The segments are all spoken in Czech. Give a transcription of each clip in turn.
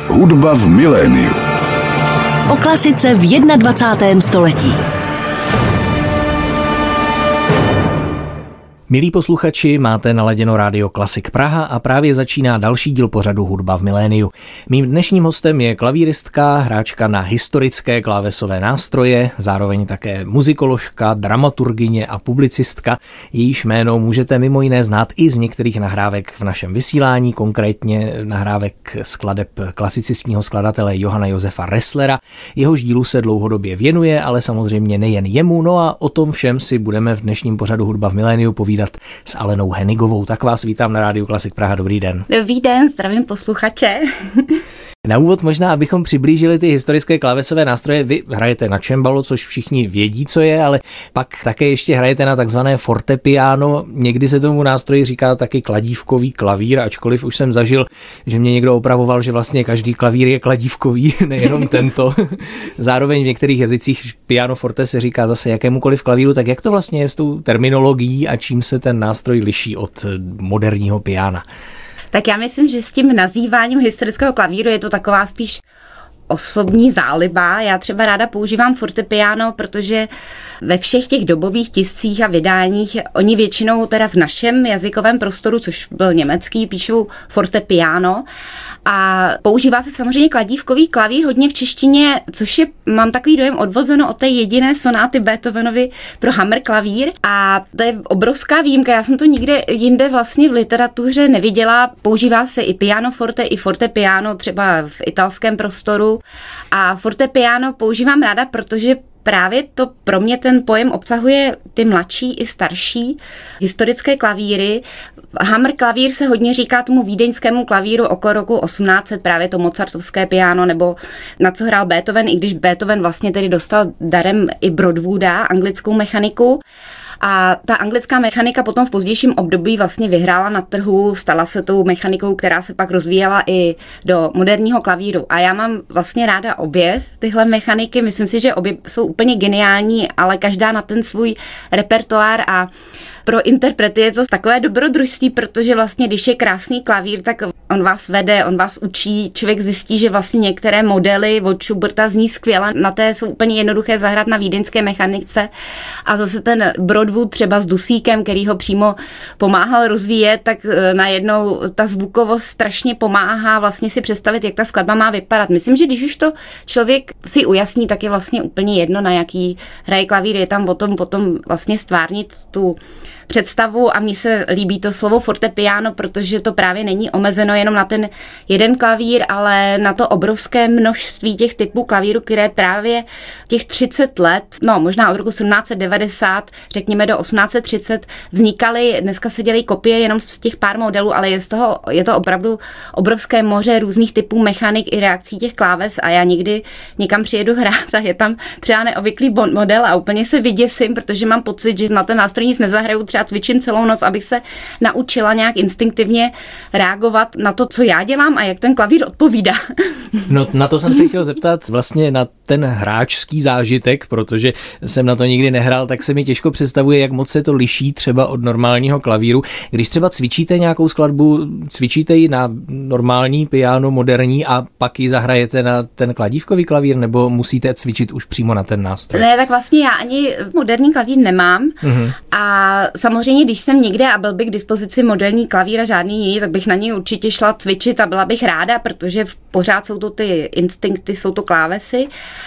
Hudba v miléniu. O klasice v 21. století. Milí posluchači, máte naladěno Rádio Klasik Praha a právě začíná další díl pořadu Hudba v miléniu. Mým dnešním hostem je klavíristka, hráčka na historické klávesové nástroje, zároveň také muzikoložka, dramaturgyně a publicistka. Jejíž jméno můžete mimo jiné znát i z některých nahrávek v našem vysílání, konkrétně nahrávek skladeb klasicistního skladatele Johanna Josefa Resslera. Jehož dílu se dlouhodobě věnuje, ale samozřejmě nejen jemu, no a o tom všem si budeme v dnešním pořadu Hudba v miléniu povídat s Alenou Henigovou. Tak vás vítám na Rádiu Klasik Praha. Dobrý den. Dobrý den, zdravím posluchače. Na úvod možná, abychom přiblížili ty historické klávesové nástroje. Vy hrajete na cembalo, což všichni vědí, co je, ale pak také ještě hrajete na takzvané fortepiano. Někdy se tomu nástroji říká taky kladívkový klavír, ačkoliv už jsem zažil, že mě někdo opravoval, že vlastně každý klavír je kladívkový, nejenom tento. Zároveň v některých jazycích piano forte se říká zase jakémukoliv klavíru. Tak jak to vlastně je s tou terminologií a čím se ten nástroj liší od moderního piana? Tak já myslím, že s tím nazýváním historického klavíru je to taková spíš osobní záliba. Já třeba ráda používám fortepiano, protože ve všech těch dobových tiscích a vydáních oni většinou teda v našem jazykovém prostoru, což byl německý, píšou fortepiano a používá se samozřejmě kladívkový klavír hodně v češtině, což je, mám takový dojem, odvozeno od té jediné sonáty Beethovenovy pro hammer klavír a to je obrovská výjimka. Já jsem to nikde jinde vlastně v literatuře neviděla. Používá se i pianoforte, i fortepiano třeba v italském prostoru a fortepiano používám ráda, protože právě to pro mě ten pojem obsahuje ty mladší i starší historické klavíry. Hammer klavír se hodně říká tomu vídeňskému klavíru okolo roku 1800, právě to mozartovské piano, nebo na co hrál Beethoven, i když Beethoven vlastně tedy dostal darem i Broadwooda, anglickou mechaniku. A ta anglická mechanika potom v pozdějším období vlastně vyhrála na trhu, stala se tou mechanikou, která se pak rozvíjela i do moderního klavíru. A já mám vlastně ráda obě tyhle mechaniky, myslím si, že obě jsou úplně geniální, ale každá na ten svůj repertoár a pro interprety je to takové dobrodružství, protože vlastně, když je krásný klavír, tak on vás vede, on vás učí, člověk zjistí, že vlastně některé modely od Schuberta zní skvěle, na té jsou úplně jednoduché zahrát na vídeňské mechanice a zase ten Broadwood třeba s dusíkem, který ho přímo pomáhal rozvíjet, tak najednou ta zvukovost strašně pomáhá vlastně si představit, jak ta skladba má vypadat. Myslím, že když už to člověk si ujasní, tak je vlastně úplně jedno, na jaký hraje klavír, je tam o tom potom vlastně stvárnit tu představu a mně se líbí to slovo fortepiano, protože to právě není omezeno jenom na ten jeden klavír, ale na to obrovské množství těch typů klavíru, které právě těch 30 let, no možná od roku 1790, řekněme do 1830, vznikaly, dneska se dělají kopie jenom z těch pár modelů, ale je to opravdu obrovské moře různých typů mechanik i reakcí těch kláves a já někdy někam přijedu hrát a je tam třeba neobvyklý model a úplně se vyděsím, protože mám pocit, že na ten nástroj nic nezahraju, třeba cvičím celou noc, abych se naučila nějak instinktivně reagovat na to, co já dělám a jak ten klavír odpovídá. No na to jsem se chtěl zeptat vlastně na ten hráčský zážitek, protože jsem na to nikdy nehrál, tak se mi těžko představuje, jak moc se to liší třeba od normálního klavíru. Když třeba cvičíte nějakou skladbu, cvičíte ji na normální piano, moderní a pak ji zahrajete na ten kladívkový klavír, nebo musíte cvičit už přímo na ten nástroj? Ne, tak vlastně já ani moderní klavír nemám a samozřejmě, když jsem někde a byl by k dispozici moderní klavír a žádný jiný, tak bych na něj určitě šla cvičit a byla bych ráda, protože pořád jsou to ty instinkty, jsou to klávesy.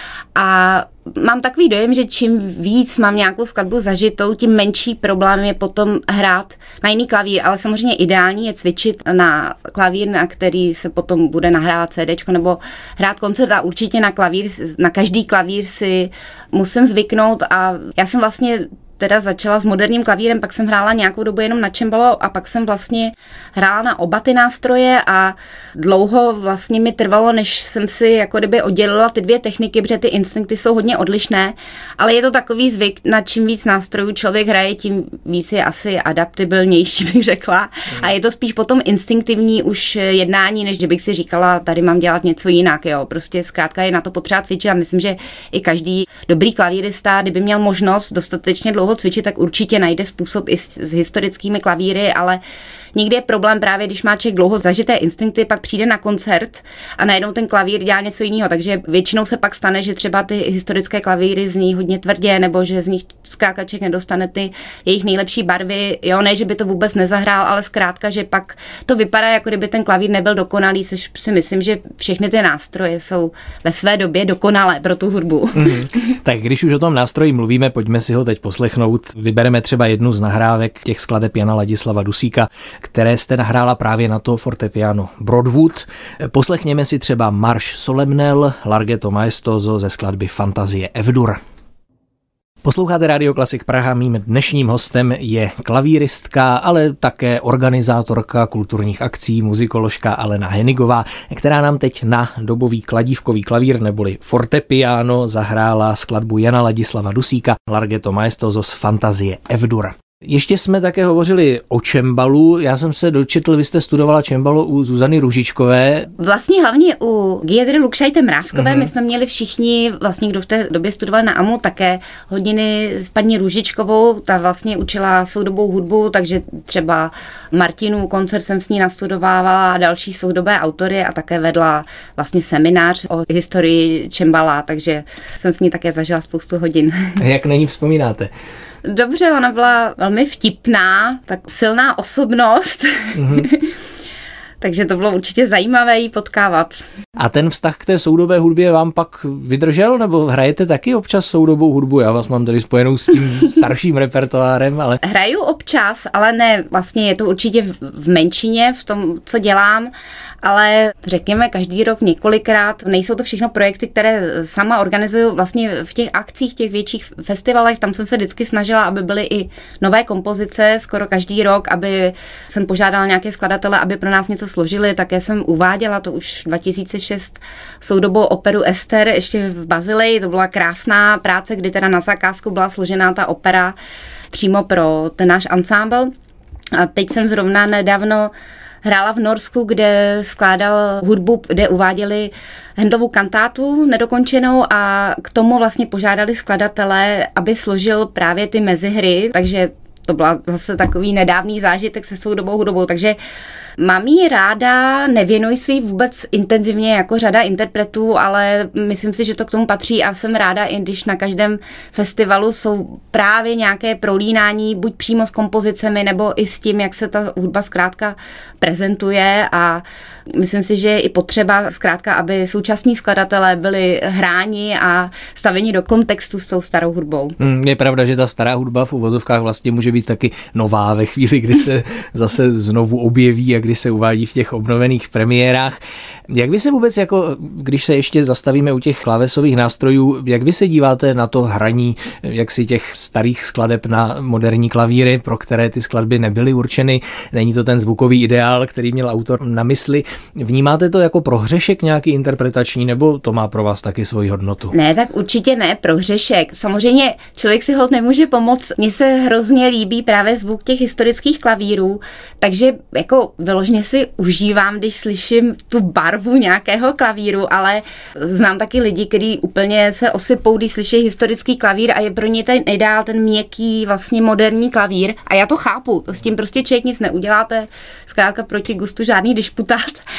A mám takový dojem, že čím víc mám nějakou skladbu zažitou, tím menší problém je potom hrát na jiný klavír, ale samozřejmě ideální je cvičit na klavír, na který se potom bude nahrávat CDčko nebo hrát koncert a určitě na každý klavír si musím zvyknout a já jsem vlastně teda začala s moderním klavírem, pak jsem hrála nějakou dobu jenom na cembalo a pak jsem vlastně hrála na oba ty nástroje a dlouho vlastně mi trvalo, než jsem si jako kdyby oddělila ty dvě techniky, protože ty instinkty jsou hodně odlišné, ale je to takový zvyk, na čím víc nástrojů člověk hraje, tím víc je asi adaptibilnější, bych řekla. A je to spíš potom instinktivní už jednání, než že bych si říkala, tady mám dělat něco jinak, jo. Prostě zkrátka je na to potřeba cvičit a myslím, že i každý dobrý klavírista, kdyby měl možnost dostatečně dlouho dlouho cvičit, tak určitě najde způsob i s historickými klavíry, ale někdy je problém právě, když má člověk dlouho zažité instinkty, pak přijde na koncert a najednou ten klavír dělá něco jiného, takže většinou se pak stane, že třeba ty historické klavíry zní hodně tvrdě, nebo že z nich zkrátka člověk nedostane ty jejich nejlepší barvy, jo, ne, že by to vůbec nezahrál, ale zkrátka, že pak to vypadá, jako kdyby ten klavír nebyl dokonalý, což si myslím, že všechny ty nástroje jsou ve své době dokonalé pro tu hudbu. Tak když už o tom nástroji mluvíme, pojďme si ho teď poslechnout. Vybereme třeba jednu z nahrávek těch skladeb Jana Ladislava Dusíka, které jste nahrála právě na to fortepiano Broadwood. Poslechněme si třeba Marš Solemnel, Larghetto Maestoso ze skladby Fantazie F-dur. Posloucháte Rádio Klasik Praha, mým dnešním hostem je klavíristka, ale také organizátorka kulturních akcí, muzikoložka Alena Henigová, která nám teď na dobový kladívkový klavír neboli fortepiano zahrála skladbu Jana Ladislava Dusíka Larghetto Maestoso z Fantazie F-dur. Ještě jsme také hovořili o čembalu. Já jsem se dočetl, vy jste studovala čembalo u Zuzany Růžičkové. Vlastně hlavně u Giedry Lukšajte Mrázkové. My jsme měli všichni, vlastně kdo v té době studoval na AMU, také hodiny s paní Růžičkovou. Ta vlastně učila soudobou hudbu, takže třeba Martinu koncert jsem s ní nastudovávala a další soudobé autory a také vedla vlastně seminář o historii čembala, takže jsem s ní také zažila spoustu hodin. Jak na ní vzpomínáte? Dobře, ona byla velmi vtipná, tak silná osobnost, takže to bylo určitě zajímavé jí potkávat. A ten vztah k té soudobé hudbě vám pak vydržel, nebo hrajete taky občas soudobou hudbu? Já vás mám tady spojenou s tím starším repertoárem, ale... Hraju občas, ale ne, vlastně je to určitě v menšině v tom, co dělám, ale řekněme každý rok několikrát. Nejsou to všechno projekty, které sama organizuju vlastně v těch akcích, těch větších festivalech, tam jsem se vždycky snažila, aby byly i nové kompozice skoro každý rok, aby jsem požádala nějaké skladatele, aby pro nás něco složili, také jsem uváděla, to už 2006, soudobou operu Ester ještě v Bazileji, to byla krásná práce, kdy teda na zakázku byla složená ta opera přímo pro ten náš ansámbl. A teď jsem zrovna nedávno hrála v Norsku, kde skládal hudbu, kde uváděli Handlovu kantátu nedokončenou a k tomu vlastně požádali skladatele, aby složil právě ty mezihry, takže to byla zase takový nedávný zážitek se soudobou hudbou, takže mám ji ráda, nevěnuji si ji vůbec intenzivně jako řada interpretů, ale myslím si, že to k tomu patří a jsem ráda, i když na každém festivalu jsou právě nějaké prolínání, buď přímo s kompozicemi, nebo i s tím, jak se ta hudba zkrátka prezentuje a myslím si, že je i potřeba zkrátka, aby současní skladatelé byli hráni a staveni do kontextu s tou starou hudbou. Je pravda, že ta stará hudba v uvozovkách vlastně může být taky nová ve chvíli, kdy se zase znovu objeví a kdy se uvádí v těch obnovených premiérách. Jak vy se vůbec, jako když se ještě zastavíme u těch klávesových nástrojů, jak vy se díváte na to hraní jaksi těch starých skladeb na moderní klavíry, pro které ty skladby nebyly určeny? Není to ten zvukový ideál, který měl autor na mysli. Vnímáte to jako prohřešek nějaký interpretační, nebo to má pro vás taky svoji hodnotu? Ne, tak určitě ne, prohřešek. Samozřejmě člověk si holt nemůže pomoct. Mně se hrozně líbí právě zvuk těch historických klavírů, takže jako vyloženě si užívám, když slyším tu barvu nějakého klavíru, ale znám taky lidi, kteří úplně se osypou, když slyší historický klavír a je pro ně ten ideál, ten měkký, vlastně moderní klavír. A já to chápu, s tím prostě člověk nic neuděláte, zkrátka proti gustu žádný disputát,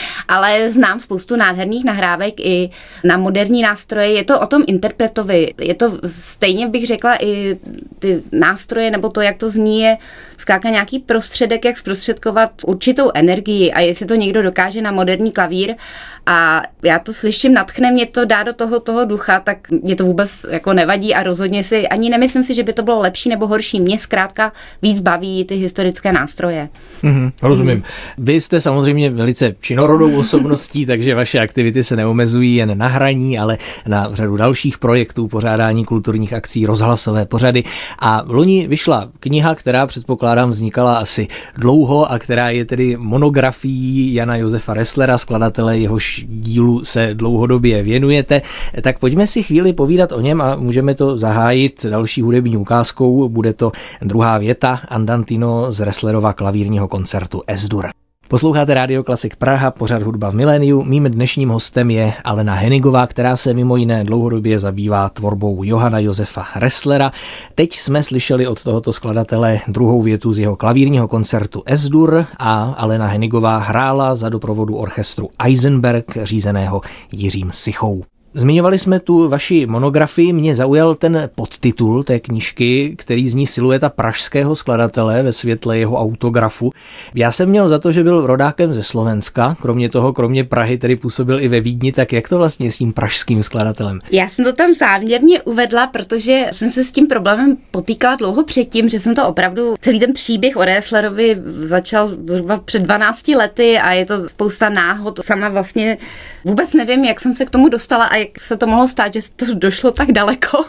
ale znám spoustu nádherných nahrávek i na moderní nástroje. Je to o tom interpretovi, je to stejně bych řekla i ty nástroje, nebo to, jak to zní, je zkrátka nějaký prostředek, jak zprostředkovat určitou energii a jestli to někdo dokáže na moderní klavír a já to slyším, nadchne mě to, dá do toho ducha, tak mě to vůbec jako nevadí a rozhodně si, ani nemyslím si, že by to bylo lepší nebo horší. Mě zkrátka víc baví ty historické nástroje. Rozumím. Vy jste samozřejmě velice činorodou osobností, takže vaše aktivity se neomezují jen na hraní, ale na řadu dalších projektů, pořádání kulturních akcí, rozhlasové pořady. A loni vyšla kniha, která předpokládám vznikala asi dlouho a která je tedy monografií Jana Josefa Resslera, skladatele, jehož dílu se dlouhodobě věnujete. Tak pojďme si chvíli povídat o něm a můžeme to zahájit další hudební ukázkou. Bude to druhá věta Andantino z Resslerova klavírního koncertu S-dur. Posloucháte Rádio Klasik Praha, pořad Hudba v miléniu. Mým dnešním hostem je Alena Hennigová, která se mimo jiné dlouhodobě zabývá tvorbou Johanna Josefa Resslera. Teď jsme slyšeli od tohoto skladatele druhou větu z jeho klavírního koncertu Es-Dur a Alena Hennigová hrála za doprovodu orchestru Eisenberg, řízeného Jiřím Sichou. Zmiňovali jsme tu vaši monografii, mě zaujal ten podtitul té knížky, který zní Silueta pražského skladatele ve světle jeho autografu. Já jsem měl za to, že byl rodákem ze Slovenska, kromě Prahy tedy působil i ve Vídni, tak jak to vlastně s tím pražským skladatelem? Já jsem to tam záměrně uvedla, protože jsem se s tím problémem potýkala dlouho předtím, že jsem to opravdu, celý ten příběh o Resslerovi začal zhruba před 12 lety a je to spousta náhod. Sama vlastně vůbec nevím, jak jsem se k tomu dostala a jak se to mohlo stát, že to došlo tak daleko.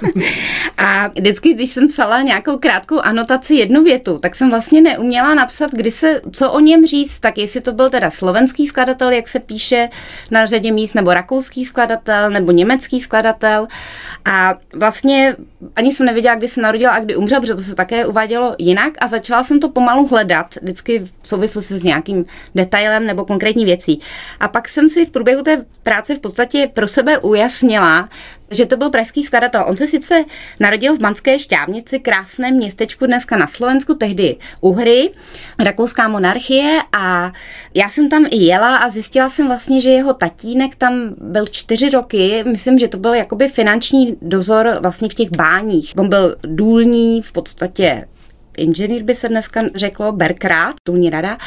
A vždycky, když jsem psala nějakou krátkou anotaci, jednu větu, tak jsem vlastně neuměla napsat, co o něm říct, tak jestli to byl teda slovenský skladatel, jak se píše na řadě míst, nebo rakouský skladatel, nebo německý skladatel. A vlastně ani jsem nevěděla, kdy se narodil a kdy umřel, protože to se také uvádělo jinak a začala jsem to pomalu hledat, vždycky v souvislosti s nějakým detailem nebo konkrétní věcí. A pak jsem si v průběhu té práce v podstatě pro sebe ujasnila, že to byl pražský skladatel. On se sice narodil v Banské Štiavnici, krásném městečku dneska na Slovensku, tehdy Uhry, rakouská monarchie, a já jsem tam i jela a zjistila jsem vlastně, že jeho tatínek tam byl 4 roky, myslím, že to byl jakoby finanční dozor vlastně v těch báních. On byl důlní, v podstatě inženýr by se dneska řeklo, berkrát, důlní rada.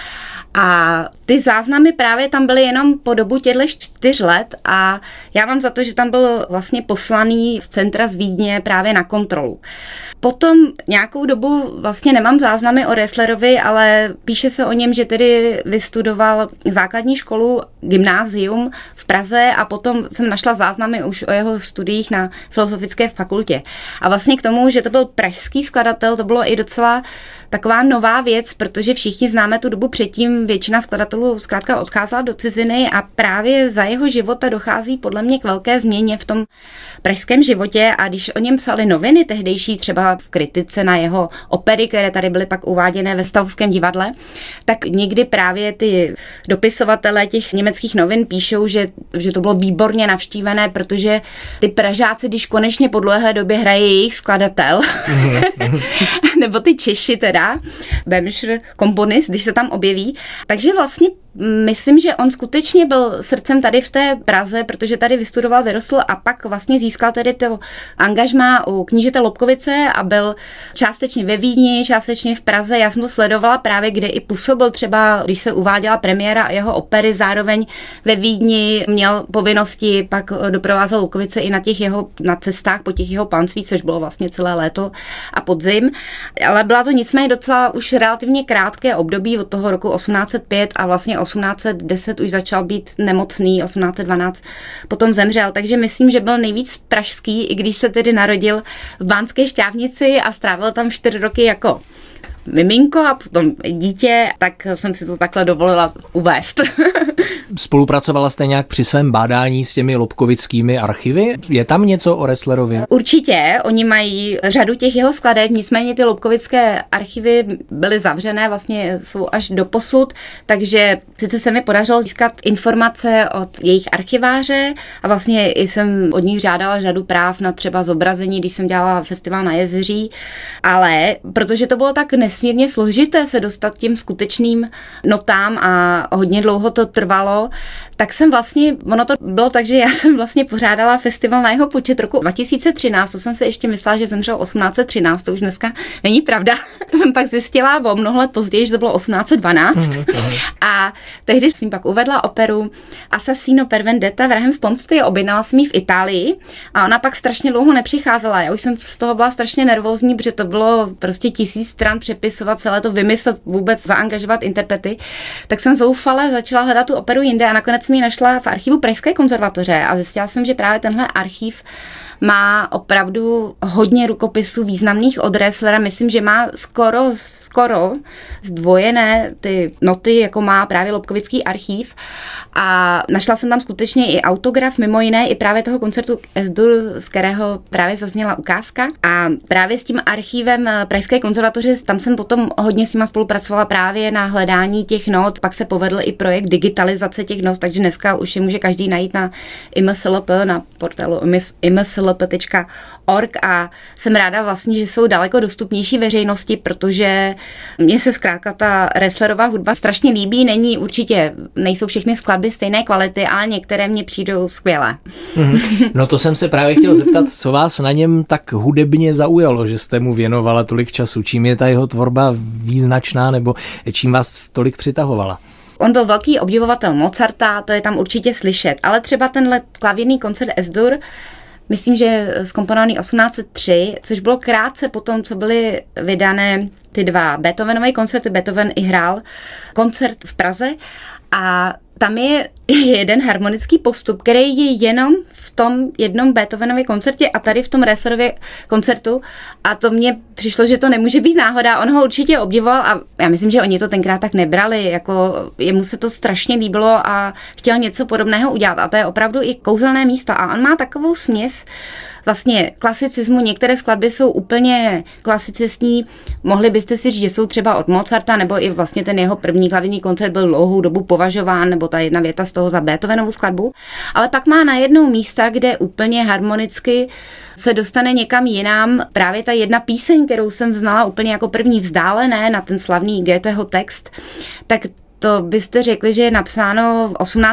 A ty záznamy právě tam byly jenom po dobu těchto 4 let a já mám za to, že tam byl vlastně poslaný z centra z Vídně právě na kontrolu. Potom nějakou dobu vlastně nemám záznamy o Resslerovi, ale píše se o něm, že tedy vystudoval základní školu, gymnázium v Praze a potom jsem našla záznamy už o jeho studiích na filozofické fakultě. A vlastně k tomu, že to byl pražský skladatel, to bylo i docela taková nová věc, protože všichni známe tu dobu předtím, většina skladatelů zkrátka odcházela do ciziny a právě za jeho života dochází podle mě k velké změně v tom pražském životě a když o něm psali noviny tehdejší, třeba v kritice na jeho opery, které tady byly pak uváděné ve Stavovském divadle, tak někdy právě ty dopisovatelé těch německých novin píšou, že to bylo výborně navštívené, protože ty Pražáci, když konečně po dlouhé době hraje jejich skladatel, nebo ty Češi teda, Bemšr komponist, když se tam objeví. Takže vlastně myslím, že on skutečně byl srdcem tady v té Praze, protože tady vystudoval, vyrostl a pak vlastně získal tedy to angažmá u knížete Lobkovice a byl částečně ve Vídni, částečně v Praze. Já jsem to sledovala právě, kde i působil třeba, když se uváděla premiéra jeho opery, zároveň ve Vídni měl povinnosti, pak doprovázel Lobkovice i na cestách po těch jeho panství, což bylo vlastně celé léto a podzim. Ale byla to nicméně docela už relativně krátké období od toho roku 1805 a vlastně 1810 už začal být nemocný, 1812 potom zemřel, takže myslím, že byl nejvíc pražský, i když se tedy narodil v Banské Štiavnici a strávil tam 4 roky jako miminko a potom dítě, tak jsem si to takhle dovolila uvést. Spolupracovala jste nějak při svém bádání s těmi lobkovickými archivy? Je tam něco o Resslerovi? Určitě, oni mají řadu těch jeho skladeb, nicméně ty lobkovické archivy byly zavřené, vlastně jsou až do posud, takže sice se mi podařilo získat informace od jejich archiváře a vlastně jsem od nich žádala řadu práv na třeba zobrazení, když jsem dělala festival na Jezeří, ale protože to bylo tak nesmírně složité se dostat tím skutečným notám a hodně dlouho to trvalo, tak jsem vlastně, ono to bylo tak, že já jsem vlastně pořádala festival na jeho počet roku 2013, to jsem si ještě myslela, že zemřel 1813, to už dneska není pravda. Jsem pak zjistila o mnoho let později, že to bylo 1812 a tehdy jsem pak uvedla operu Assassino per vendetta, Vrahem z pomsty, objednala jsem ji v Itálii a ona pak strašně dlouho nepřicházela. Já už jsem z toho byla strašně nervózní, protože to bylo prostě 1000 stran přepisovat, celé to vymyslet, vůbec zaangažovat interprety, tak jsem zoufale začala hledat tu operu jinde a nakonec jsem ji našla v archivu Pražské konzervatoře a zjistila jsem, že právě tenhle archiv má opravdu hodně rukopisů významných od Resslera. Myslím, že má skoro zdvojené ty noty, jako má právě Lobkovický archiv. A našla jsem tam skutečně i autograf, mimo jiné i právě toho koncertu S-dur, z kterého právě zazněla ukázka. A právě s tím archivem Pražské konzervatoře, tam jsem potom hodně s nima spolupracovala právě na hledání těch not. Pak se povedl i projekt digitalizace těch not, takže dneska už je může každý najít na IMSLP, na portálu imslp.org a jsem ráda vlastně, že jsou daleko dostupnější veřejnosti, protože mně se zkrátka ta Resslerová hudba strašně líbí, nejsou všechny skladby stejné kvality, ale některé mně přijdou skvělé. No to jsem se právě chtěl zeptat, co vás na něm tak hudebně zaujalo, že jste mu věnovala tolik času, čím je ta jeho tvorba význačná nebo čím vás tolik přitahovala? On byl velký obdivovatel Mozarta, to je tam určitě slyšet, ale třeba tenhle klavírní koncert S-dur, myslím, že zkomponovaný 1803, což bylo krátce po tom, co byly vydané ty dva Beethovenovy koncerty, Beethoven i hrál koncert v Praze a tam je jeden harmonický postup, který je jenom v tom jednom Beethovenově koncertě a tady v tom Resslerově koncertu a to mně přišlo, že to nemůže být náhoda. On ho určitě obdivoval a já myslím, že oni to tenkrát tak nebrali, jako jemu se to strašně líbilo a chtěl něco podobného udělat a to je opravdu i kouzelné místo a on má takovou směs vlastně klasicismu, některé skladby jsou úplně klasicistní, mohli byste si říct, že jsou třeba od Mozarta, nebo i vlastně ten jeho první klavírní koncert byl dlouhou dobu považován, nebo ta jedna věta z toho za Beethovenovu skladbu, ale pak má najednou místa, kde úplně harmonicky se dostane někam jinam. Právě ta jedna píseň, kterou jsem znala úplně jako první Vzdálené na ten slavný Goetheho text, tak to byste řekli, že je napsáno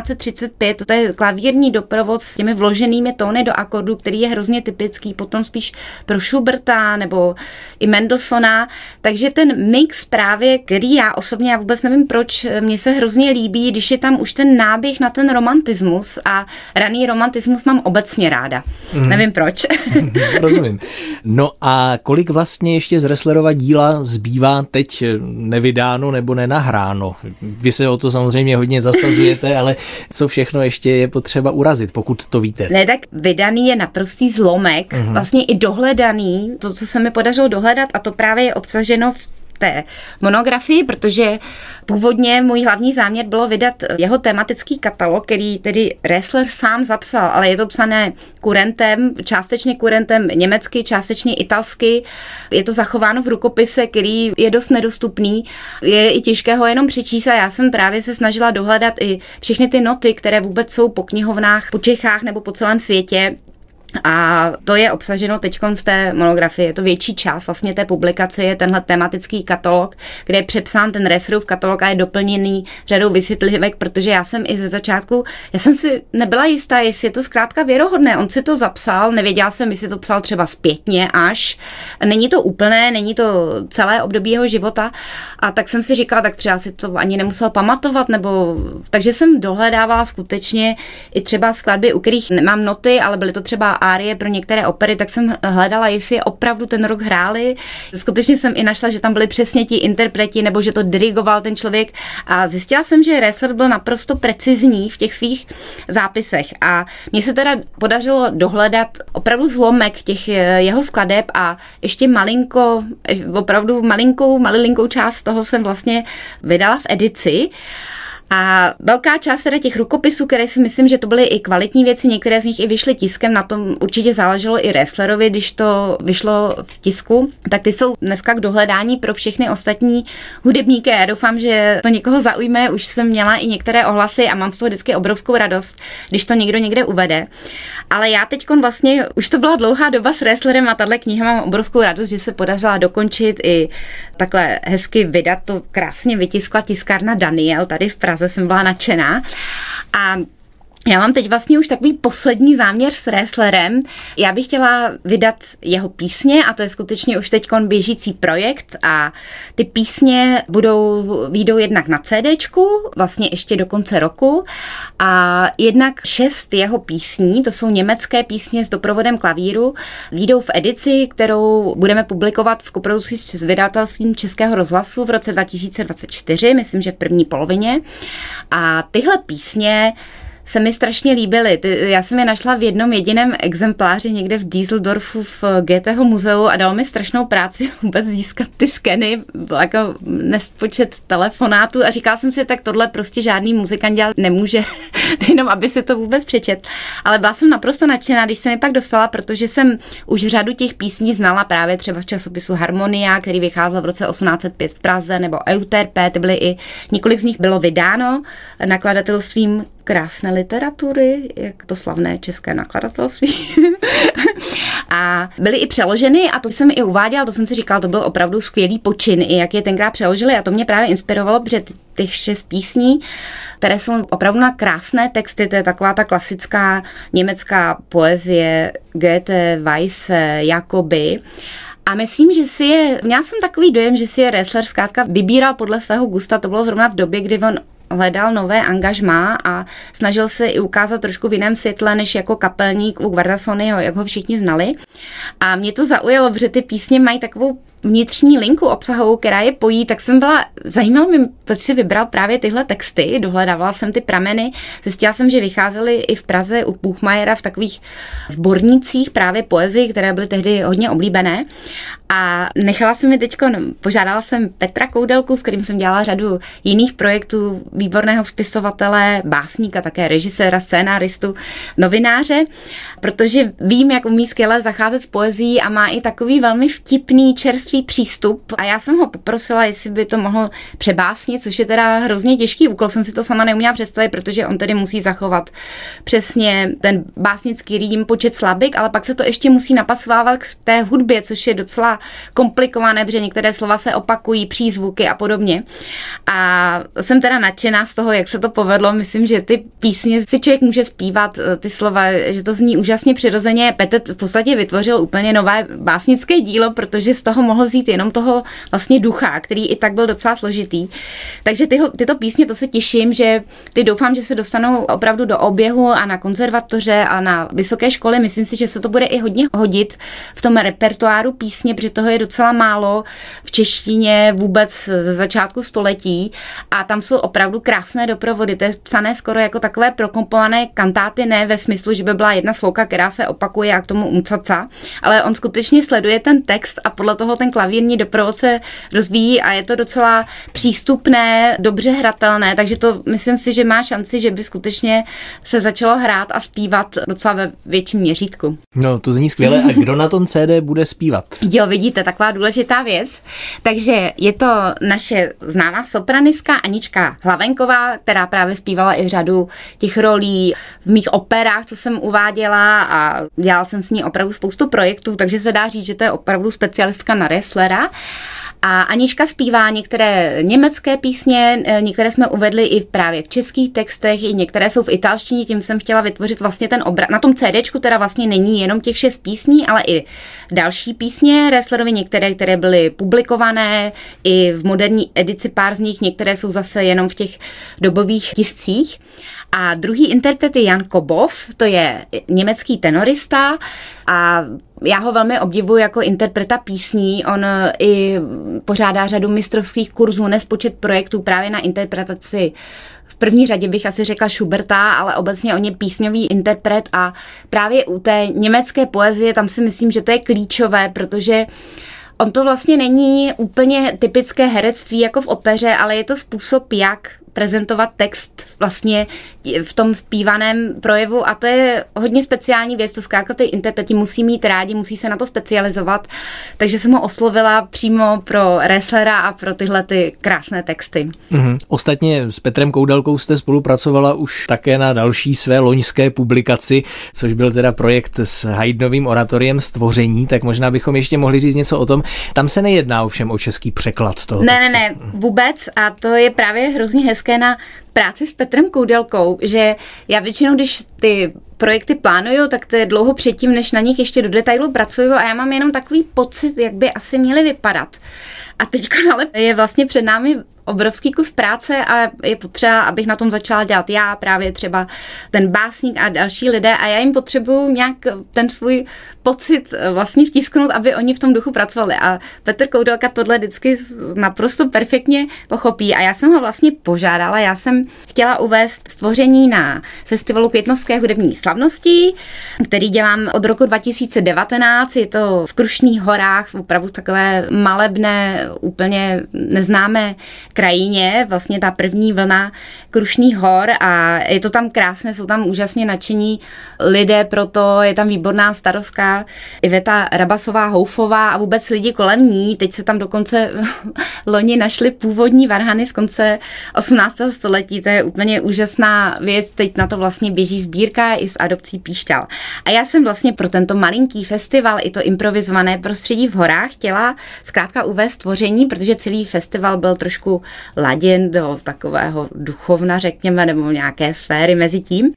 1835, to je klavírní doprovod s těmi vloženými tóny do akordu, který je hrozně typický, potom spíš pro Schuberta nebo i Mendelssohna, takže ten mix právě, který já vůbec nevím proč, mně se hrozně líbí, když je tam už ten náběh na ten romantismus a raný romantismus mám obecně ráda. Nevím proč. Rozumím. No a kolik vlastně ještě z Resslerova díla zbývá teď nevydáno nebo nenahráno? Vy se o to samozřejmě hodně zasazujete, ale co všechno ještě je potřeba urazit, pokud to víte? Ne, tak vydaný je naprostý zlomek, vlastně i dohledaný, to, co se mi podařilo dohledat a to právě je obsaženo v té monografii, protože původně můj hlavní záměr bylo vydat jeho tematický katalog, který tedy Ressler sám zapsal, ale je to psané kurentem, částečně kurentem německy, částečně italsky. Je to zachováno v rukopise, který je dost nedostupný. Je i těžké ho jenom přečíst a já jsem právě se snažila dohledat i všechny ty noty, které vůbec jsou po knihovnách, po Čechách nebo po celém světě. A to je obsaženo teď v té monografii. Je to větší část vlastně té publikace, je tenhle tematický katalog, kde je přepsán ten Resslerův katalog a je doplněný řadou vysvětlivek, protože já jsem i ze začátku, já jsem si nebyla jistá, jestli je to zkrátka věrohodné. On si to zapsal, nevěděla jsem, jestli to psal třeba zpětně až. Není to úplné, není to celé období jeho života. A tak jsem si říkala, tak třeba si to ani nemusel pamatovat, nebo takže jsem dohledávala skutečně i třeba skladby, u kterých nemám noty, ale byly to třeba árie pro některé opery, tak jsem hledala, jestli je opravdu ten rok hráli. Skutečně jsem i našla, že tam byli přesně ti interpreti, nebo že to dirigoval ten člověk a zjistila jsem, že Ressler byl naprosto precizní v těch svých zápisech a mně se teda podařilo dohledat opravdu zlomek těch jeho skladeb a ještě opravdu malinkou část toho jsem vlastně vydala v edici. A velká část teda těch rukopisů, které si myslím, že to byly i kvalitní věci, některé z nich i vyšly tiskem, na tom určitě záleželo i Resslerovi, když to vyšlo v tisku, tak ty jsou dneska k dohledání pro všechny ostatní hudebníky. Já doufám, že to někoho zaujme, už jsem měla i některé ohlasy a mám z toho vždycky obrovskou radost, když to někdo někde uvede. Ale já teďkon vlastně, už to byla dlouhá doba s Resslerem a tahle kniha mám obrovskou radost, že se podařila dokončit i takhle hezky vydat, to krásně vytiskla tiskárna Daniel tady v Praze, jsem byla nadšená. A Já mám teď vlastně už takový poslední záměr s Resslerem. Já bych chtěla vydat jeho písně a to je skutečně už teďkon běžící projekt a ty písně vyjdou jednak na CDčku, vlastně ještě do konce roku a jednak 6 jeho písní, to jsou německé písně s doprovodem klavíru, vyjdou v edici, kterou budeme publikovat v koprodukci s vydavatelstvím Českého rozhlasu v roce 2024, myslím, že v první polovině. A tyhle písně se mi strašně líbily. Já jsem je našla v jednom jediném exempláři někde v Düsseldorfu v Goetheho muzeu a dalo mi strašnou práci vůbec získat ty skeny, byl jako nespočet telefonátů a říkala jsem si, tak tohle prostě žádný muzikant dělat nemůže, jenom aby si to vůbec přečet. Ale byla jsem naprosto nadšená, když jsem je pak dostala, protože jsem už řadu těch písní znala právě třeba z časopisu Harmonia, který vycházel v roce 1805 v Praze, nebo Euterpe, ty byly i, několik z nich bylo vydáno nakladatelstvím Krásné literatury, jak to slavné české nakladatelství. A byly i přeloženy a to jsem i uváděla, to jsem si říkala, to byl opravdu skvělý počin, i jak je tenkrát přeložili a to mě právě inspirovalo, protože těch 6 písní, které jsou opravdu na krásné texty, to je taková ta klasická německá poezie Goethe, Weisse, Jacobi. A myslím, že měla jsem takový dojem, že si je Ressler zkrátka vybíral podle svého gusta, to bylo zrovna v době, kdy on hledal nové angažmá a snažil se i ukázat trošku v jiném světle, než jako kapelník u Guardasoniho, jak ho všichni znali. A mě to zaujalo, protože ty písně mají takovou vnitřní linku obsahovou, která je pojí, tak zajímalo mě, proč si vybral právě tyhle texty, dohledávala jsem ty prameny, zjistila jsem, že vycházely i v Praze u Buchmajera v takových sbornících právě poezii, které byly tehdy hodně oblíbené a požádala jsem Petra Koudelku, s kterým jsem dělala řadu jiných projektů, výborného spisovatele, básníka, také režiséra, scénáristu, novináře, protože vím, jak umí skvěle zacházet s poezií a má i takový velmi vtipný, čerstvý přístup a já jsem ho poprosila, jestli by to mohl přebásnit, což je teda hrozně těžký úkol, jsem si to sama neuměla představit, protože on tedy musí zachovat přesně ten básnický rým, počet slabik, ale pak se to ještě musí napasovávat k té hudbě, což je docela komplikované, protože některé slova se opakují, přízvuky a podobně. A jsem teda nadšená z toho, jak se to povedlo. Myslím, že ty písně si člověk může zpívat, ty slova, že to zní úžasně přirozeně. Petr v podstatě vytvořil úplně nové básnické dílo, protože z toho mohl vzít jenom toho vlastně ducha, který i tak byl docela složitý. Takže tyto písně, to se těším, že doufám, že se dostanou opravdu do oběhu a na konzervatoře a na vysoké školy. Myslím si, že se to bude i hodně hodit v tom repertoáru písně, protože toho je docela málo v češtině vůbec ze začátku století a tam jsou opravdu krásné doprovody. To je psané skoro jako takové prokomponované kantáty, ne ve smyslu, že by byla jedna sloka, která se opakuje a k tomu umcaca, ale on skutečně sleduje ten text a podle toho ten klavírní doprovod se rozvíjí a je to docela přístupné, dobře hratelné, takže to myslím si, že má šanci, že by skutečně se začalo hrát a zpívat docela ve větším měřítku. No, to zní skvěle. A kdo na tom CD bude zpívat? Jo, vidíte, taková důležitá věc. Takže je to naše známá sopranistka Anička Hlavenková, která právě zpívala i řadu těch rolí v mých operách, co jsem uváděla a dělala jsem s ní opravdu spoustu projektů, takže se dá říct, že to je opravdu specialistka na Resslera. A Anička zpívá některé německé písně, některé jsme uvedli i právě v českých textech, i některé jsou v italštině, tím jsem chtěla vytvořit vlastně ten obraz. Na tom CDčku teda vlastně není jenom těch 6 písní, ale i další písně Resslerovi, některé, které byly publikované i v moderní edici, pár z nich, některé jsou zase jenom v těch dobových tiscích. A druhý interpret je Jan Kobov, to je německý tenorista a já ho velmi obdivuji jako interpreta písní. On i pořádá řadu mistrovských kurzů, nespočet projektů právě na interpretaci. V první řadě bych asi řekla Schuberta, ale obecně on je písňový interpret a právě u té německé poezie tam si myslím, že to je klíčové, protože on to vlastně není úplně typické herectví jako v opeře, ale je to způsob, jak prezentovat text vlastně v tom zpívaném projevu a to je hodně speciální věc, to zkrátka ty interpreti musí mít rádi, musí se na to specializovat, takže jsem ho oslovila přímo pro Resslera a pro tyhle ty krásné texty. Ostatně s Petrem Koudelkou jste spolupracovala už také na další své loňské publikaci, což byl teda projekt s Haydnovým oratoriem Stvoření, tak možná bychom ještě mohli říct něco o tom. Tam se nejedná ovšem o český překlad toho textu. Ne, vůbec a to je právě hrozně hezké, hezké na práci s Petrem Koudelkou, že já většinou, když ty projekty plánuju, tak to je dlouho předtím, než na nich ještě do detailu pracuju a já mám jenom takový pocit, jak by asi měly vypadat. A teď ale je vlastně před námi obrovský kus práce a je potřeba, abych na tom začala dělat já, právě třeba ten básník a další lidé a já jim potřebuju nějak ten svůj pocit vlastně vtisknout, aby oni v tom duchu pracovali. A Petr Koudelka tohle vždycky naprosto perfektně pochopí a já jsem ho vlastně požádala, já jsem chtěla uvést stvoření na festivalu Květnovské hudební slavnosti, který dělám od roku 2019, je to v Krušných horách, opravdu takové malebné, úplně neznámé krajině, vlastně ta první vlna Krušných hor a je to tam krásné, jsou tam úžasně nadšení lidé, proto je tam výborná starostka Iveta Rabasová-Houfová a vůbec lidi kolem ní. Teď se tam dokonce loni našli původní varhany z konce 18. století, to je úplně úžasná věc, teď na to vlastně běží sbírka i s adopcí píšťal. A já jsem vlastně pro tento malinký festival i to improvizované prostředí v horách chtěla zkrátka uvést tvoření, protože celý festival byl trošku laděn do takového duchovna, řekněme, nebo nějaké sféry mezi tím.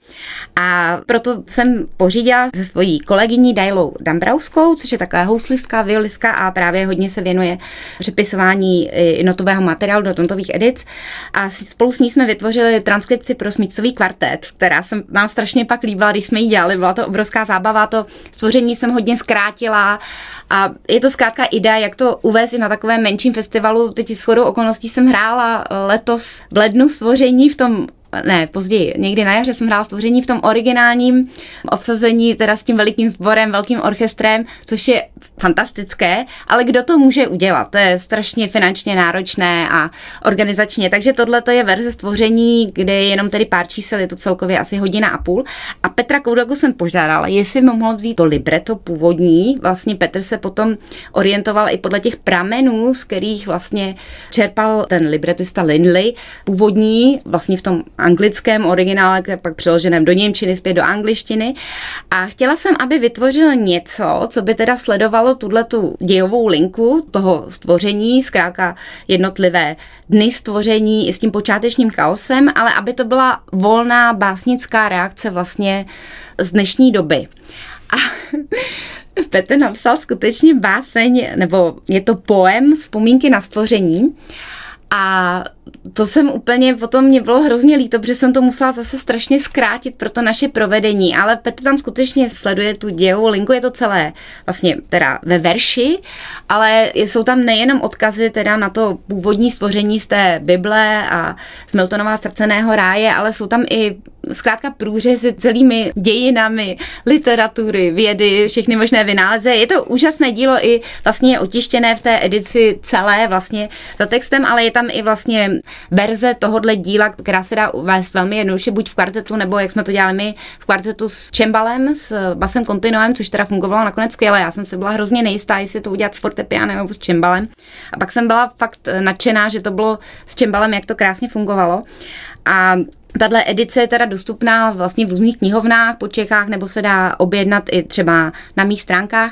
A proto jsem pořídila se svojí kolegyní Dailou Dambrauskou, což je taková houslistka, violistka a právě hodně se věnuje přepisování notového materiálu do notových edic. A spolu s ní jsme vytvořili transkripci pro smyčcový kvartet, která se nám strašně pak líbila, když jsme ji dělali. Byla to obrovská zábava, to stvoření jsem hodně zkrátila a je to zkrátka idea, jak to uvést i na takovém menším festivalu. Teď shodou okolností jsem hrála letos v lednu stvoření v tom, ne, později, někdy na jaře jsem hrála stvoření v tom originálním obsazení, teda s tím velikým sborem, velkým orchestrem, což je fantastické, ale kdo to může udělat? To je strašně finančně náročné a organizačně, takže tohle to je verze stvoření, kde je jenom tedy pár čísel, je to celkově asi 1,5 hodiny. A Petra Koudelku jsem požádala, jestli mohl vzít to libreto původní, vlastně Petr se potom orientoval i podle těch pramenů, z kterých vlastně čerpal ten libretista Lindley, původní, vlastně v tom anglickém originále, který pak přeloženém do němčiny, zpět do angličtiny. A chtěla jsem, aby vytvořil něco, co by teda sledovalo tu dějovou linku toho stvoření, zkrátka jednotlivé dny stvoření i s tím počátečním chaosem, ale aby to byla volná básnická reakce vlastně z dnešní doby. A Petr napsal skutečně báseň, nebo je to poem Vzpomínky na stvoření. A to jsem úplně, potom mě bylo hrozně líto, protože jsem to musela zase strašně zkrátit pro to naše provedení, ale Petr tam skutečně sleduje tu dějovou linku, je to celé vlastně teda ve verši, ale jsou tam nejenom odkazy teda na to původní stvoření z té Bible a z Miltonova Ztraceného ráje, ale jsou tam i zkrátka průřezy celými dějinami, literatury, vědy, všechny možné vynálezy. Je to úžasné dílo i vlastně otištěné v té edici celé vlastně za textem, ale je tam i vlastně verze tohodle díla, která se dá uvést velmi jednoduše, buď v kvartetu, nebo jak jsme to dělali my, v kvartetu s čembalem, s basem kontinuem, což teda fungovalo nakonec skvěle. Já jsem si byla hrozně nejistá, jestli to udělat s fortepianem nebo s čembalem. A pak jsem byla fakt nadšená, že to bylo s čembalem, jak to krásně fungovalo. A tato edice je teda dostupná vlastně v různých knihovnách po Čechách, nebo se dá objednat i třeba na mých stránkách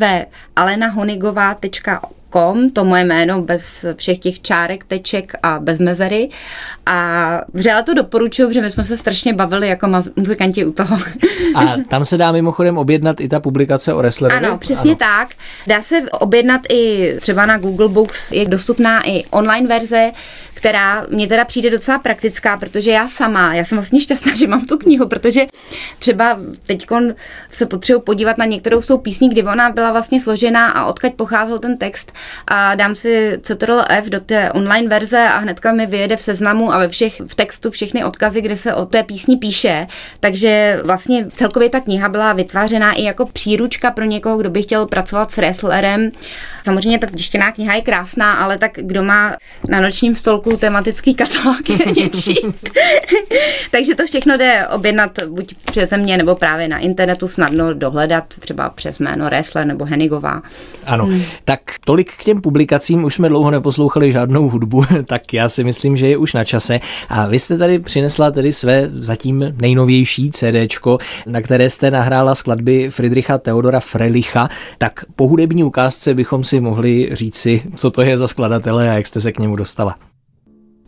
www.alenahonigová.com, to moje jméno bez všech těch čárek, teček a bez mezery. A vřele to doporučuju, protože my jsme se strašně bavili jako muzikanti u toho. A tam se dá mimochodem objednat i ta publikace o wrestlerovi? Ano, přesně tak. Dá se objednat i třeba na Google Books, je dostupná i online verze, která mě teda přijde docela praktická, protože já jsem vlastně šťastná, že mám tu knihu, protože třeba teďkon se potřebuji podívat na některou z tou písní, kdy ona byla vlastně složená a odkud pocházel ten text a dám si Ctrl+F do té online verze a hnedka mi vyjede v seznamu a v textu všechny odkazy, kde se o té písni píše, takže vlastně celkově ta kniha byla vytvářená i jako příručka pro někoho, kdo by chtěl pracovat s wrestlerem. Samozřejmě ta tištěná kniha je krásná, ale tak kdo má na nočním stolku tematický katalog je něčí. Takže to všechno jde objednat buď přeze mě, nebo právě na internetu snadno dohledat, třeba přes jméno Ressler nebo Henigová. Ano, tak tolik k těm publikacím, už jsme dlouho neposlouchali žádnou hudbu, tak já si myslím, že je už na čase. A vy jste tady přinesla tedy své zatím nejnovější CDčko, na které jste nahrála skladby Friedricha Theodora Fröhlicha, tak po hudební ukázce bychom si mohli říci, co to je za skladatele a jak jste se k němu dostala.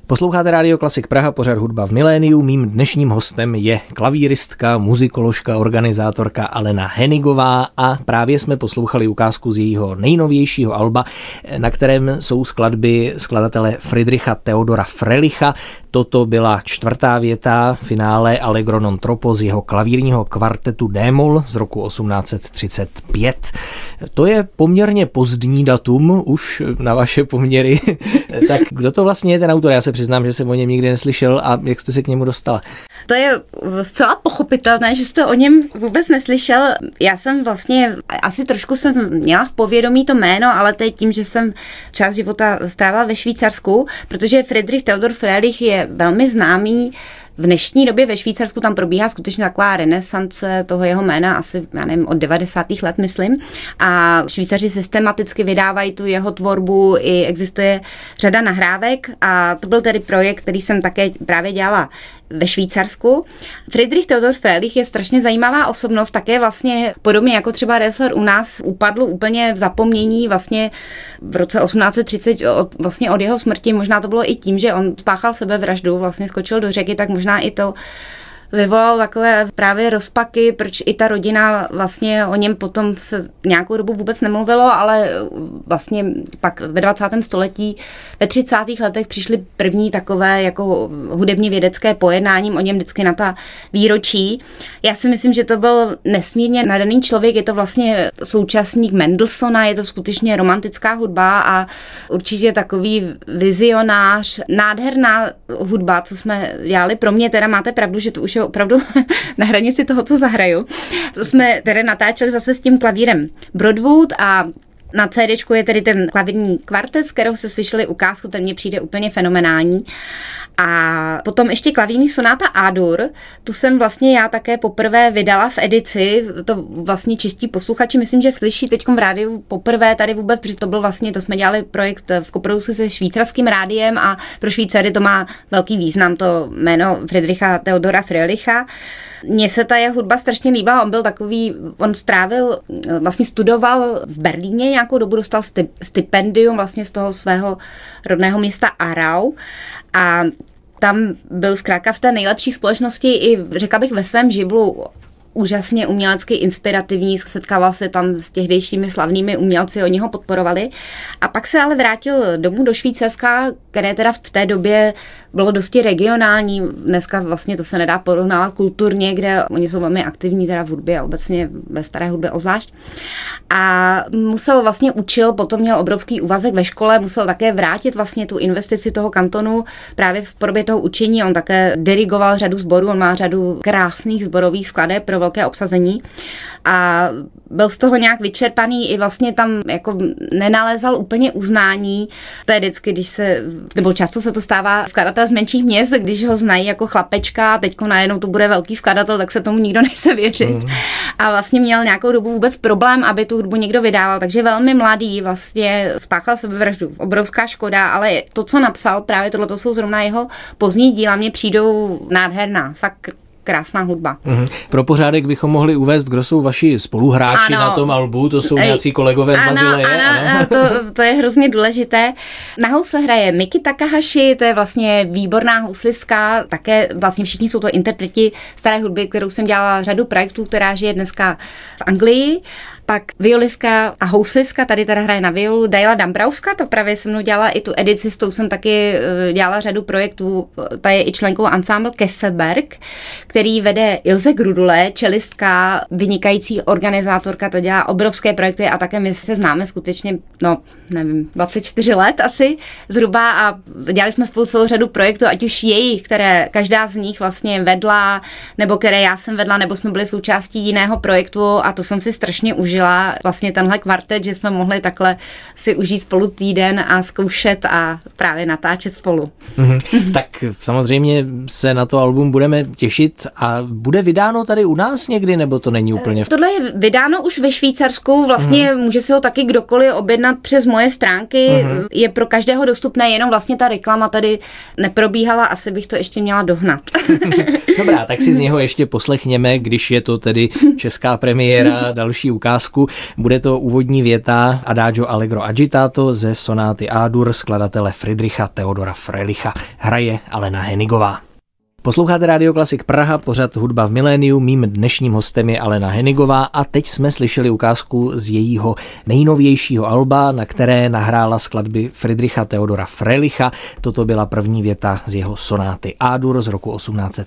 Posloucháte Rádio Klasik Praha, pořad Hudba v miléniu. Mým dnešním hostem je klavíristka, muzikoložka, organizátorka Alena Henigová a právě jsme poslouchali ukázku z jejího nejnovějšího alba, na kterém jsou skladby skladatele Friedricha Theodora Fröhlicha. Toto byla 4. věta finále Allegro non troppo z jeho klavírního kvartetu D-moll z roku 1835. To je poměrně pozdní datum, už na vaše poměry. Tak kdo to vlastně je ten autor? Já se přiznám, že jsem o něm nikdy neslyšel a jak jste se k němu dostala? To je zcela pochopitelné, že jste o něm vůbec neslyšel. Já jsem vlastně, asi trošku jsem měla v povědomí to jméno, ale teď tím, že jsem část života strávila ve Švýcarsku, protože Friedrich Theodor Fröhlich je velmi známý. V dnešní době ve Švýcarsku tam probíhá skutečně taková renesance toho jeho jména, asi, já nevím, od 90. let, myslím. A Švýcaři systematicky vydávají tu jeho tvorbu, i existuje řada nahrávek a to byl tedy projekt, který jsem také právě dělala ve Švýcarsku. Friedrich Theodor Fröhlich je strašně zajímavá osobnost, také vlastně podobně jako třeba Ressler u nás upadl úplně v zapomnění vlastně v roce 1830 vlastně od jeho smrti. Možná to bylo i tím, že on spáchal sebevraždu, vlastně skočil do řeky, tak možná i to vyvolal takové právě rozpaky, proč i ta rodina vlastně o něm potom se nějakou dobu vůbec nemluvilo, ale vlastně pak ve 20. století, ve 30. letech přišly první takové jako hudebně vědecké pojednáním o něm vždycky na ta výročí. Já si myslím, že to byl nesmírně nadaný člověk, je to vlastně současník Mendelssohna, je to skutečně romantická hudba a určitě takový vizionář, nádherná hudba, co jsme dělali. Pro mě teda máte pravdu, že to už je opravdu na hranici toho, co zahraju. To jsme tedy natáčeli zase s tím klavírem Broadwood a na CDčku je tedy ten klavírní kvartet, z kterého se slyšeli ukázku, ten mně přijde úplně fenomenální. A potom ještě klavírní sonáta A-dur, tu jsem vlastně já také poprvé vydala v edici, to vlastně čeští posluchači, myslím, že slyší teďkom v rádiu poprvé tady vůbec, protože to byl vlastně, to jsme dělali projekt v koprodukci se švýcarským rádiem a pro Švýcary to má velký význam, to jméno Friedricha Theodora Fröhlicha. Mně se ta jeho hudba strašně líbila, on byl takový, on strávil, vlastně studoval v Berlíně nějakou dobu, dostal stipendium vlastně z toho svého rodného města Aarau a tam byl zkrátka v té nejlepší společnosti i, řekla bych, ve svém živlu úžasně umělecky inspirativní, setkával se tam s tehdejšími slavnými umělci, oni ho podporovali. A pak se ale vrátil domů do Švýcarska, které teda v té době bylo dosti regionální. Dneska vlastně to se nedá porovnávat kulturně, kde oni jsou velmi aktivní teda v hudbě a obecně ve staré hudbě obzvlášť. A učil, potom měl obrovský úvazek ve škole, musel také vrátit vlastně tu investici toho kantonu právě v podobě toho učení. On také dirigoval řadu sborů, on má řadu krásných sborových skladeb pro velké obsazení a byl z toho nějak vyčerpaný i vlastně tam jako nenalézal úplně uznání. To je vždycky, nebo často se to stává skladatel z menších měst, když ho znají jako chlapečka a teďko najednou to bude velký skladatel, tak se tomu nikdo nechce věřit. A vlastně měl nějakou dobu vůbec problém, aby tu hudbu někdo vydával, takže velmi mladý vlastně spáchal sebevraždu. Obrovská škoda, ale to, co napsal, právě tohle jsou zrovna jeho pozdní díla, mně přijdou nádherná, fakt krásná hudba. Pro pořádek bychom mohli uvést, kdo jsou vaši spoluhráči na tom albu, to jsou nějací kolegové z Bazileje. Ano. To je hrozně důležité. Na housle hraje Miki Takahashi, to je vlastně výborná houslistka, také vlastně všichni jsou to interpreti staré hudby, kterou jsem dělala řadu projektů, která žije dneska v Anglii. Pak violistka a houslistka, tady teda hraje na violu Dajla Dambrauska, to právě se mnou dělala i tu edici, s tou jsem taky dělala řadu projektů, ta je i členkou ansámbl Kesselberg, který vede Ilse Grudule, čelistka, vynikající organizátorka, ta dělá obrovské projekty a také my se známe skutečně, 24 let asi zhruba a dělali jsme spolu celou řadu projektů, ať už jejich, které každá z nich vlastně vedla, nebo které já jsem vedla, nebo jsme byli součástí jiného projektu a to jsem si strašně užila vlastně tenhle kvartet, že jsme mohli takhle si užít spolu týden a zkoušet a právě natáčet spolu. Tak samozřejmě se na to album budeme těšit a bude vydáno tady u nás někdy, nebo to není úplně? Tohle je vydáno už ve Švýcarsku, vlastně může si ho taky kdokoliv objednat přes moje stránky, je pro každého dostupné, jenom vlastně ta reklama tady neprobíhala, asi bych to ještě měla dohnat. Dobrá, tak si z něho ještě poslechněme, když je to tedy česká premiéra, další ukázka ukázku. Bude to úvodní věta Adagio Allegro agitato ze sonáty A-dur skladatele Friedricha Theodora Fröhlicha. Hraje Alena Henigová. Posloucháte Radio Klasik Praha, pořad Hudba v miléniu. Mým dnešním hostem je Alena Henigová a teď jsme slyšeli ukázku z jejího nejnovějšího alba, na které nahrála skladby Friedricha Theodora Fröhlicha. Toto byla první věta z jeho sonáty A-dur z roku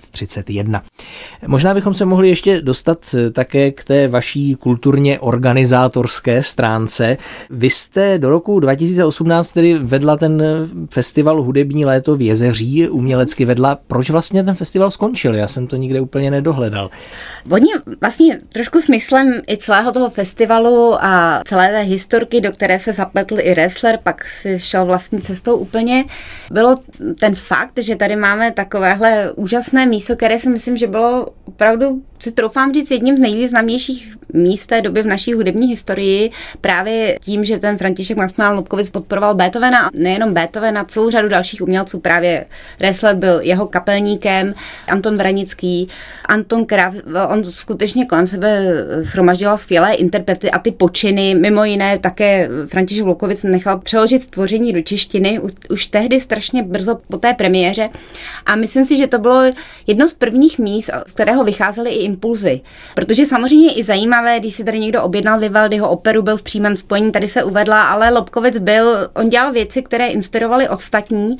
1831. Možná bychom se mohli ještě dostat také k té vaší kulturně organizátorské stránce. Vy jste do roku 2018 tedy vedla ten festival Hudební léto v Jezeří, umělecky vedla. Proč vlastně ten festival skončil? Já jsem to nikde úplně nedohledal. Oni vlastně trošku smyslem i celého toho festivalu a celé té historky, do které se zapletl i Ressler, pak si šel vlastní cestou úplně, bylo ten fakt, že tady máme takovéhle úžasné místo, které si myslím, že bylo opravdu, si troufám říct, jedním z nejvýznamnějších míst té doby v naší hudební historii, právě tím, že ten František Maximilián Lobkowicz podporoval Beethovena, nejenom Beethovena, celou řadu dalších umělců, právě Ressler byl jeho kapelníkem, Anton Vranický, Anton Kraf, on skutečně kolem sebe shromažďoval skvělé interprety a ty počiny, mimo jiné také František Lobkowicz nechal přeložit tvoření do češtiny už tehdy strašně brzo po té premiéře a myslím si, že to bylo jedno z prvních míst, z kterého vycházely i impulzy. Protože samozřejmě i zajímavé, když si tady někdo objednal Vivaldiho operu, byl v přímém spojení, tady se uvedla, ale Lobkowicz on dělal věci, které inspirovaly ostatní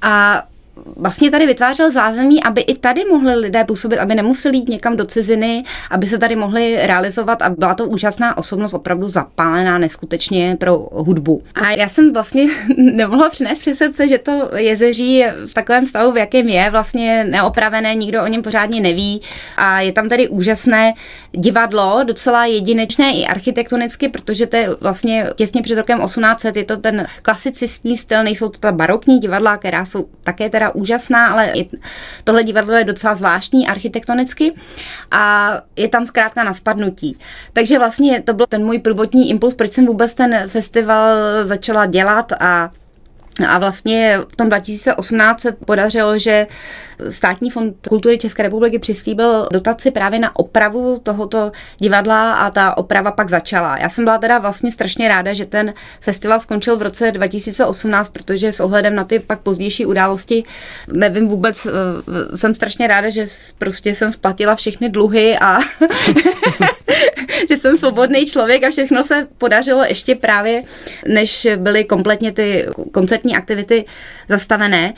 a vlastně tady vytvářel zázemí, aby i tady mohli lidé působit, aby nemuseli jít někam do ciziny, aby se tady mohli realizovat a byla to úžasná osobnost, opravdu zapálená neskutečně pro hudbu. A já jsem vlastně nemohla přinést při srdce, že to Jezeří je v takovém stavu, v jakém je, vlastně neopravené, nikdo o něm pořádně neví a je tam tady úžasné divadlo, docela jedinečné i architektonicky, protože to je vlastně těsně před rokem 1800, je to ten klasicistní styl, nejsou to ta barokní divadla, která jsou také teda úžasná, ale tohle divadlo je docela zvláštní architektonicky a je tam zkrátka na spadnutí. Takže vlastně to byl ten můj prvotní impuls, proč jsem vůbec ten festival začala dělat a vlastně v tom 2018 se podařilo, že Státní fond kultury České republiky přislíbil dotaci právě na opravu tohoto divadla a ta oprava pak začala. Já jsem byla teda vlastně strašně ráda, že ten festival skončil v roce 2018, protože s ohledem na ty pak pozdější události, nevím vůbec, jsem strašně ráda, že prostě jsem splatila všechny dluhy a že jsem svobodný člověk a všechno se podařilo ještě právě, než byly kompletně ty koncertní aktivity zastavené.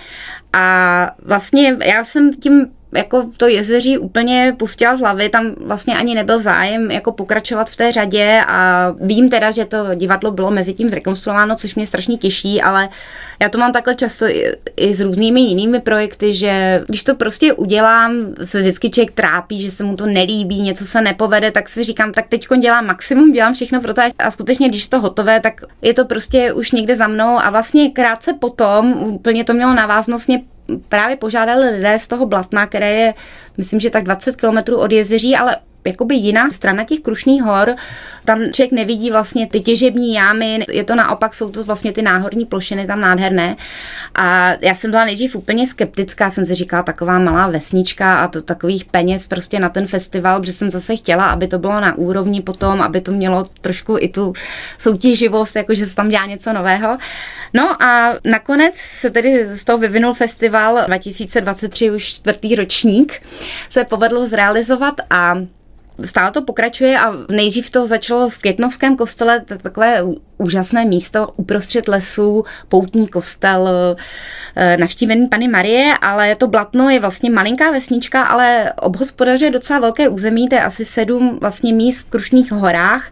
A vlastně já jsem tím jako to Jezeří úplně pustila z hlavy, tam vlastně ani nebyl zájem jako pokračovat v té řadě a vím teda, že to divadlo bylo mezi tím zrekonstruováno, což mě strašně těší, ale já to mám takhle často i s různými jinými projekty, že když to prostě udělám, se vždycky člověk trápí, že se mu to nelíbí, něco se nepovede, tak si říkám, tak teďko dělám maximum, dělám všechno pro to a skutečně, když je to hotové, tak je to prostě už někde za mnou a vlastně krátce potom úplně to mělo návaznost, mě právě požádali lidé z toho Blatna, které je, myslím, že tak 20 kilometrů od Jezeří, ale jakoby jiná strana těch Krušných hor, tam člověk nevidí vlastně ty těžební jámy, je to naopak, jsou to vlastně ty náhorní plošiny tam nádherné a já jsem byla nejdřív úplně skeptická, jsem si říkala taková malá vesnička a to takových peněz prostě na ten festival, protože jsem zase chtěla, aby to bylo na úrovni potom, aby to mělo trošku i tu soutěživost, jakože se tam dělá něco nového. No a nakonec se tedy z toho vyvinul festival 2023, už 4. ročník, se povedlo zrealizovat a stále to pokračuje a nejdřív to začalo v Květnovském kostele, to takové úžasné místo uprostřed lesů, poutní kostel, navštívený Panny Marie, ale to Blatno je vlastně malinká vesnička, ale obhospodařuje docela velké území, to je asi 7 vlastně míst v Krušných horách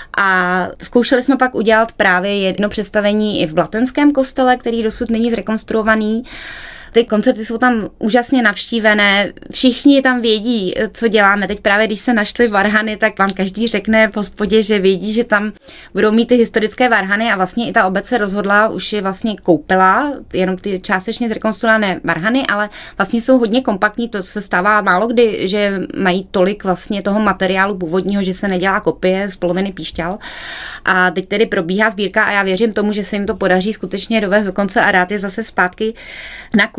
a zkoušeli jsme pak udělat právě jedno představení i v Blatenském kostele, který dosud není zrekonstruovaný. Ty koncerty jsou tam úžasně navštívené, všichni tam vědí, co děláme. Teď právě, když se našly varhany, tak vám každý řekne v hospodě, že vědí, že tam budou mít ty historické varhany a vlastně i ta obec se rozhodla, už je vlastně koupila, jenom ty částečně zrekonstruované varhany, ale vlastně jsou hodně kompaktní, to se stává málo kdy, že mají tolik vlastně toho materiálu původního, že se nedělá kopie z poloviny píšťal. A teď tedy probíhá sbírka a já věřím tomu, že se jim to podaří skutečně dovést do konce a dát je zase zpátky na kurz.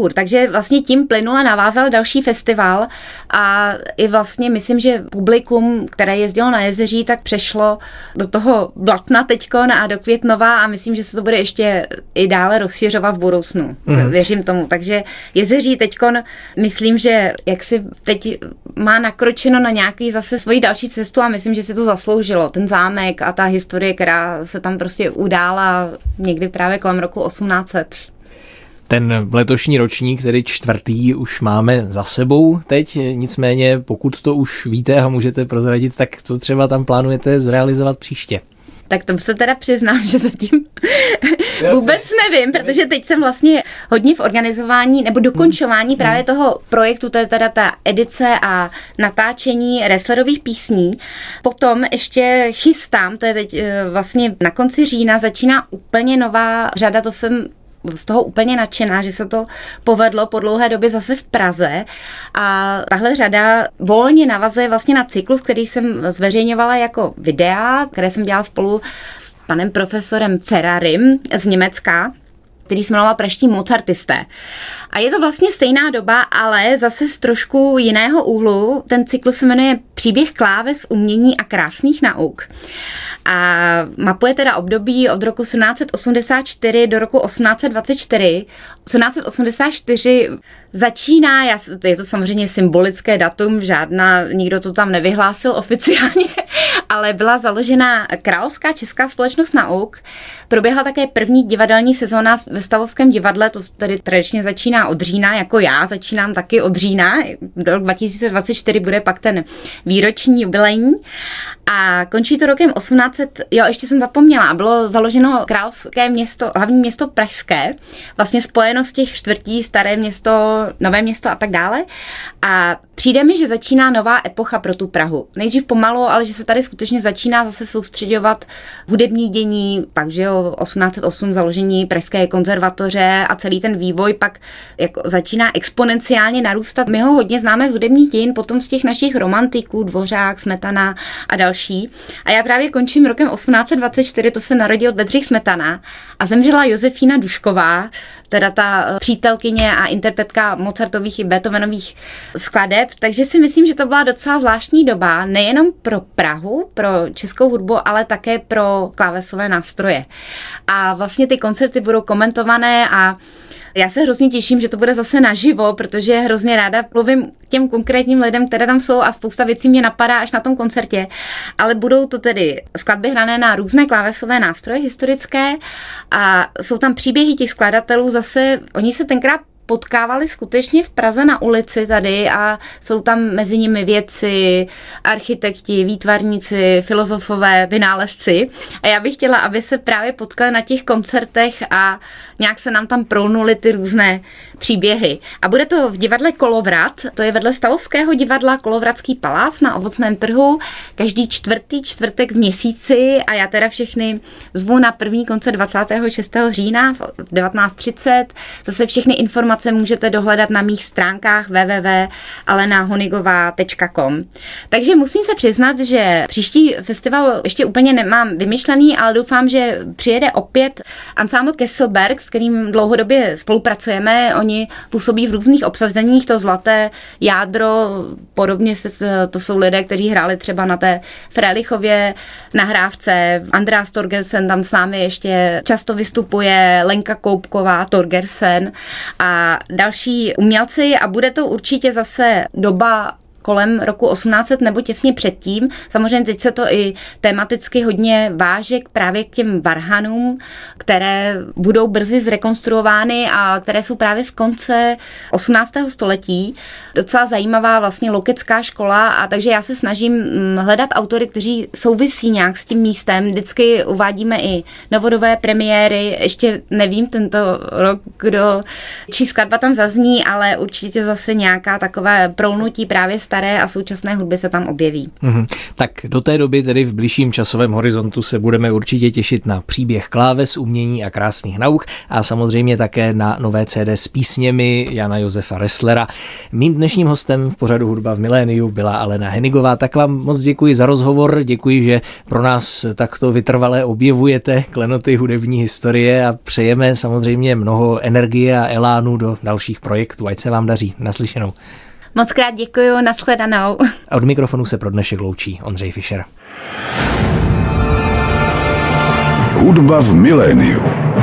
dvůr, takže vlastně tím plynule navázal další festival a i vlastně myslím, že publikum, které jezdilo na Jezeří, tak přešlo do toho Blatna teďkon a do Květnova a myslím, že se to bude ještě i dále rozšiřovat v budoucnu. Věřím tomu. Takže Jezeří teďkon myslím, že jak si teď má nakročeno na nějaký zase svoji další cestu a myslím, že si to zasloužilo. Ten zámek a ta historie, která se tam prostě udála někdy právě kolem roku 1800. Ten letošní ročník, tedy 4. už máme za sebou teď, nicméně pokud to už víte a můžete prozradit, tak co třeba tam plánujete zrealizovat příště? Tak to se teda přiznám, že zatím vůbec nevím, protože teď jsem vlastně hodně v organizování nebo dokončování právě toho projektu, to je teda ta edice a natáčení wrestlerových písní. Potom ještě chystám, to je teď vlastně na konci října, začíná úplně nová řada, to jsem z toho úplně nadšená, že se to povedlo po dlouhé době zase v Praze a tahle řada volně navazuje vlastně na cyklus, který jsem zveřejňovala jako videa, které jsem dělala spolu s panem profesorem Ferrarim z Německa, který se jmenoval Praští mozartisté. A je to vlastně stejná doba, ale zase z trošku jiného úhlu. Ten cyklus se jmenuje Příběh kláves, umění a krásných nauk. A mapuje teda období od roku 1784 do roku 1824. 1784 začíná, je to samozřejmě symbolické datum, nikdo to tam nevyhlásil oficiálně, ale byla založena Královská česká společnost nauk. Proběhla také první divadelní sezóna ve Stavovském divadle, to tedy tradičně začíná od října, jako já začínám taky od října. Do roku 2024 bude pak ten výroční jubilejní. A končí to rokem 1800, ještě jsem zapomněla, bylo založeno královské město, hlavní město pražské, vlastně spojeno z těch čtvrtí, staré město, nové město a tak dále. A přijde mi, že začíná nová epocha pro tu Prahu. Nejdřív pomalu, ale že se tady skutečně začíná zase soustředovat hudební dění, pak, že 1808 založení Pražské konzervatoře a celý ten vývoj pak jako začíná exponenciálně narůstat. My ho hodně známe z hudebních dějin, potom z těch našich romantiků, Dvořák, Smetana a další. A já právě končím rokem 1824, to se narodil Bedřich Smetana a zemřela Josefína Dušková, teda ta přítelkyně a interpretka Mozartových i Beethovenových skladeb, takže si myslím, že to byla docela zvláštní doba, nejenom pro Prahu, pro českou hudbu, ale také pro klávesové nástroje. A vlastně ty koncerty budou komentované a já se hrozně těším, že to bude zase naživo, protože hrozně ráda mluvím těm konkrétním lidem, které tam jsou a spousta věcí mě napadá až na tom koncertě, ale budou to tedy skladby hrané na různé klávesové nástroje historické a jsou tam příběhy těch skladatelů zase, oni se tenkrát potkávali skutečně v Praze na ulici tady a jsou tam mezi nimi vědci, architekti, výtvarníci, filozofové, vynálezci. A já bych chtěla, aby se právě potkali na těch koncertech a nějak se nám tam prolnuly ty různé příběhy. A bude to v divadle Kolovrat, to je vedle Stavovského divadla Kolovratský palác na Ovocném trhu, každý čtvrtek v měsíci a já teda všechny zvu na první koncert 26. října v 19:30. Zase všechny informace můžete dohledat na mých stránkách www.alenahonigová.com. Takže musím se přiznat, že příští festival ještě úplně nemám vymyšlený, ale doufám, že přijede opět ansámbl Kesselberg, s kterým dlouhodobě spolupracujeme. Oni působí v různých obsazeních, to Zlaté jádro, podobně to jsou lidé, kteří hráli třeba na té Frélichově nahrávce. Andreas Torgersen tam s námi ještě často vystupuje, Lenka Koupková, Torgersen a další umělci a bude to určitě zase doba kolem roku 1800 nebo těsně předtím. Samozřejmě teď se to i tematicky hodně váže právě k těm varhanům, které budou brzy zrekonstruovány a které jsou právě z konce 18. století. Docela zajímavá vlastně lokecká škola a takže já se snažím hledat autory, kteří souvisí nějak s tím místem. Vždycky uvádíme i novodobé premiéry, ještě nevím tento rok, čí skladba tam zazní, ale určitě zase nějaká takové prolnutí právě s staré a současné hudby se tam objeví. Tak do té doby, tedy v blížším časovém horizontu, se budeme určitě těšit na příběh kláves, umění a krásných nauk a samozřejmě také na nové CD s písněmi Jana Josefa Resslera. Mým dnešním hostem v pořadu Hudba v miléniu byla Alena Hennigová. Tak vám moc děkuji za rozhovor, děkuji, že pro nás takto vytrvale objevujete klenoty hudební historie a přejeme samozřejmě mnoho energie a elánu do dalších projektů. Ať se vám daří. Naslyšenou. Moc krát děkuji, nashledanou. A od mikrofonu se pro dnešek loučí Ondřej Fischer. Hudba v miléniu.